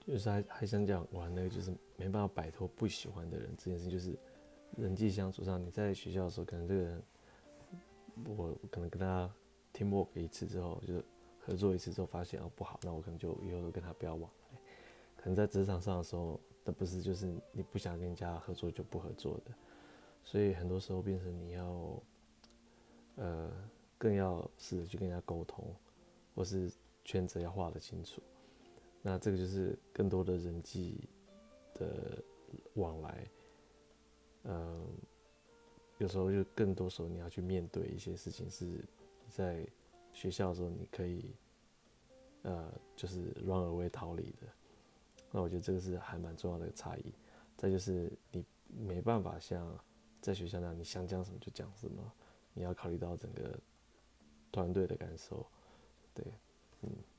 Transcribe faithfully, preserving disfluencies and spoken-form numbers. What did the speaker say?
就是还还想讲玩那个，就是没办法摆脱不喜欢的人这件事，就是人际相处上，你在学校的时候，可能这个人，我可能跟他 teamwork 一次之后，就是合作一次之后，发现哦不好，那我可能就以后跟他不要往来。可能在职场上的时候，那不是就是你不想跟人家合作就不合作的，所以很多时候变成你要，呃，更要试着去跟人家沟通，或是圈子要画得清楚。那这个就是更多的人际的往来，呃，有时候就更多时候你要去面对一些事情，是你在学校的时候你可以，呃，就是 run away 逃离的。那我觉得这个是还蛮重要的差异。再就是你没办法像在学校那样，你想讲什么就讲什么，你要考虑到整个团队的感受。对，嗯。